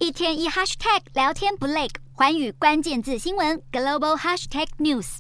一天一 hashtag 聊天不累，寰宇关键字新闻 global hashtag news。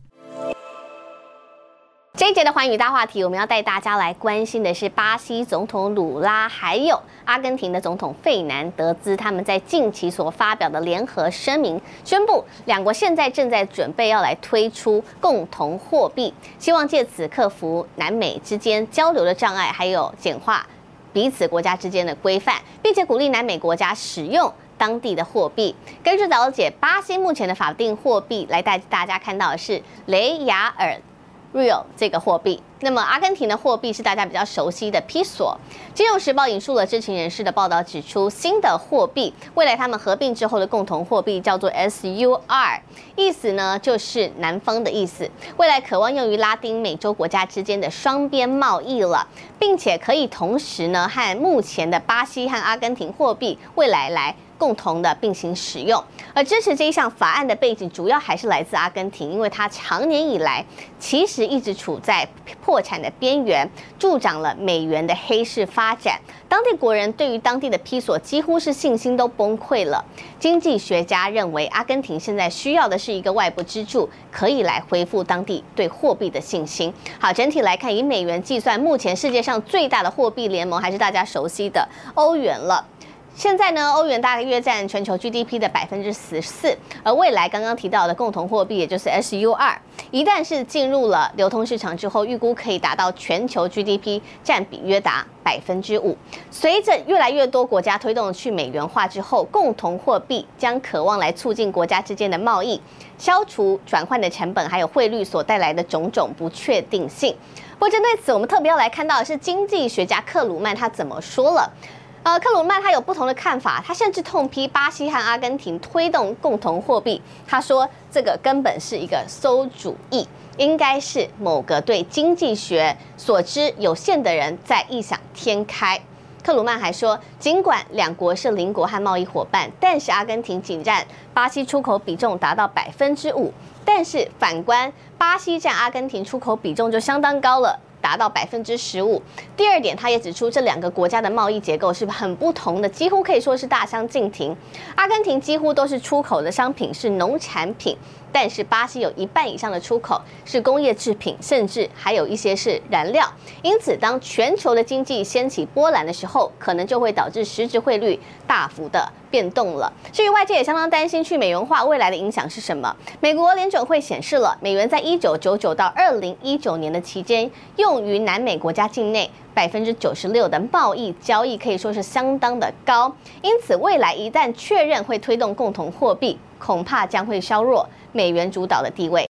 这一节的寰宇大话题，我们要带大家来关心的是巴西总统鲁拉，还有阿根廷的总统费南德兹，他们在近期所发表的联合声明，宣布两国现在正在准备要来推出共同货币，希望借此克服南美之间交流的障碍，还有简化彼此国家之间的规范，并且鼓励南美国家使用当地的货币。根据了解，巴西目前的法定货币来带大家看到的是雷亚尔Real 这个货币，那么阿根廷的货币是大家比较熟悉的披索。金融时报引述了知情人士的报道，指出新的货币未来他们合并之后的共同货币叫做 SUR， 意思呢就是南方的意思，未来渴望用于拉丁美洲国家之间的双边贸易了，并且可以同时呢和目前的巴西和阿根廷货币未来来共同的并行使用。而支持这一项法案的背景主要还是来自阿根廷，因为它长年以来其实一直处在破产的边缘，助长了美元的黑市发展，当地国人对于当地的披索几乎是信心都崩溃了。经济学家认为，阿根廷现在需要的是一个外部支柱，可以来恢复当地对货币的信心。好，整体来看，以美元计算，目前世界上最大的货币联盟还是大家熟悉的欧元了。现在呢，欧元大约占全球 GDP 的14%，而未来刚刚提到的共同货币，也就是 SUR， 一旦是进入了流通市场之后，预估可以达到全球 GDP 占比约达5%。随着越来越多国家推动去美元化之后，共同货币将渴望来促进国家之间的贸易，消除转换的成本，还有汇率所带来的种种不确定性。不过针对此，我们特别要来看到的是经济学家克鲁曼他怎么说了。克鲁曼他有不同的看法，他甚至痛批巴西和阿根廷推动共同货币，他说这个根本是一个馊主意，应该是某个对经济学所知有限的人在异想天开。克鲁曼还说，尽管两国是邻国和贸易伙伴，但是阿根廷仅占巴西出口比重达到5%，但是反观巴西占阿根廷出口比重就相当高了，达到15%。第二点，他也指出这两个国家的贸易结构是很不同的，几乎可以说是大相径庭。阿根廷几乎都是出口的商品是农产品，但是巴西有1半以上的出口是工业制品，甚至还有一些是燃料。因此，当全球的经济掀起波澜的时候，可能就会导致实质汇率大幅的变动了。至于外界也相当担心去美元化未来的影响是什么？美国联准会显示了，美元在1999到2019年的期间，用于南美国家境内96%的贸易交易可以说是相当的高。因此，未来一旦确认会推动共同货币，恐怕将会削弱美元主导的地位。